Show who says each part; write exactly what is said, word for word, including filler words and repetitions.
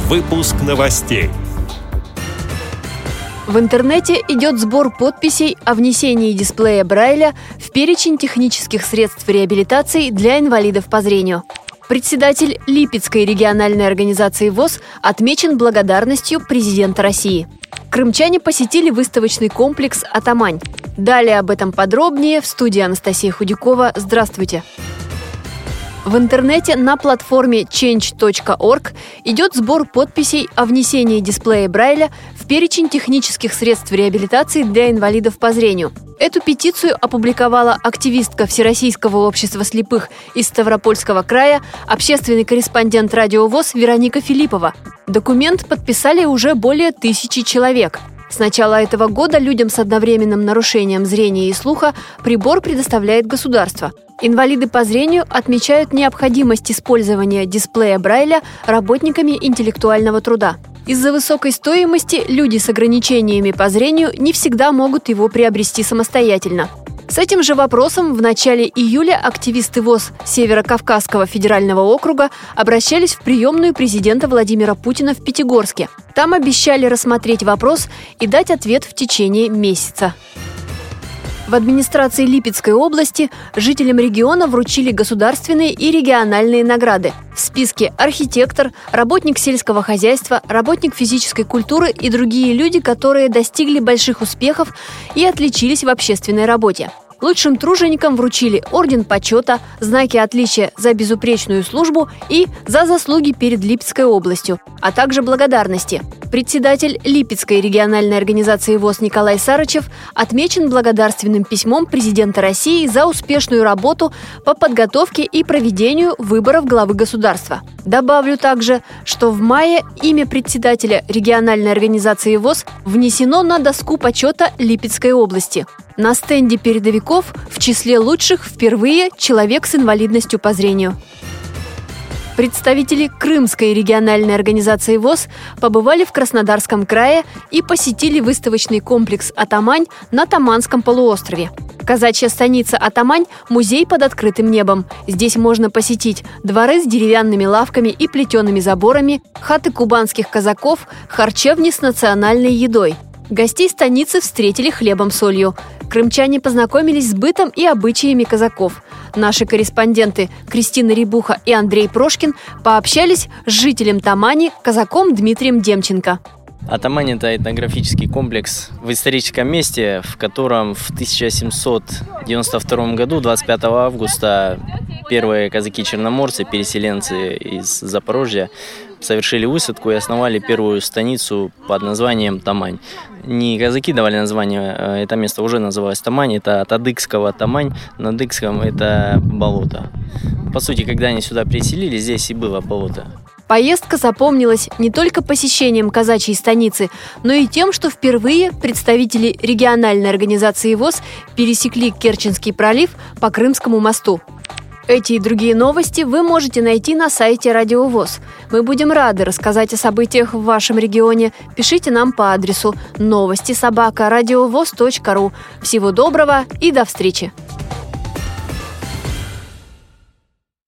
Speaker 1: Выпуск новостей.
Speaker 2: В интернете идет сбор подписей о внесении дисплея Брайля в перечень технических средств реабилитации для инвалидов по зрению. Председатель Липецкой региональной организации ВОС отмечен благодарностью президента России. Крымчане посетили выставочный комплекс «Атамань». Далее об этом подробнее в студии Анастасия Худякова. Здравствуйте! В интернете на платформе чендж точка орг идет сбор подписей о внесении дисплея Брайля в перечень технических средств реабилитации для инвалидов по зрению. Эту петицию опубликовала активистка Всероссийского общества слепых из Ставропольского края, общественный корреспондент Радио ВОС Вероника Филиппова. Документ подписали уже более тысячи человек. С начала этого года людям с одновременным нарушением зрения и слуха прибор предоставляет государство. Инвалиды по зрению отмечают необходимость использования дисплея Брайля работниками интеллектуального труда. Из-за высокой стоимости люди с ограничениями по зрению не всегда могут его приобрести самостоятельно. С этим же вопросом в начале июля активисты ВОС Северо-Кавказского федерального округа обращались в приемную президента Владимира Путина в Пятигорске. Там обещали рассмотреть вопрос и дать ответ в течение месяца. В администрации Липецкой области жителям региона вручили государственные и региональные награды. В списке архитектор, работник сельского хозяйства, работник физической культуры и другие люди, которые достигли больших успехов и отличились в общественной работе. Лучшим труженикам вручили орден почета, знаки отличия за безупречную службу и за заслуги перед Липецкой областью, а также благодарности. Председатель Липецкой региональной организации ВОС Николай Сарычев отмечен благодарственным письмом президента России за успешную работу по подготовке и проведению выборов главы государства. Добавлю также, что в мае имя председателя региональной организации ВОС внесено на доску почета Липецкой области. На стенде передовиков в числе лучших впервые человек с инвалидностью по зрению. Представители Крымской региональной организации ВОС побывали в Краснодарском крае и посетили выставочный комплекс «Атамань» на Таманском полуострове. Казачья станица «Атамань» – музей под открытым небом. Здесь можно посетить дворы с деревянными лавками и плетеными заборами, хаты кубанских казаков, харчевни с национальной едой. Гостей станицы встретили хлебом-солью. Крымчане познакомились с бытом и обычаями казаков. Наши корреспонденты Кристина Рябуха и Андрей Прошкин пообщались с жителем Тамани, казаком Дмитрием Демченко.
Speaker 3: Атамань – это этнографический комплекс в историческом месте, в котором в тысяча семьсот девяносто втором году, двадцать пятого августа, первые казаки-черноморцы, переселенцы из Запорожья, совершили высадку и основали первую станицу под названием Тамань. Не казаки давали название, это место уже называлось Тамань, это от адыгского Тамань, на адыгском это болото. По сути, когда они сюда переселились, здесь и было болото.
Speaker 2: Поездка запомнилась не только посещением казачьей станицы, но и тем, что впервые представители региональной организации ВОС пересекли Керченский пролив по Крымскому мосту. Эти и другие новости вы можете найти на сайте Радио ВОС. Мы будем рады рассказать о событиях в вашем регионе. Пишите нам по адресу новости собака радиовос точка ру. Всего доброго и до встречи!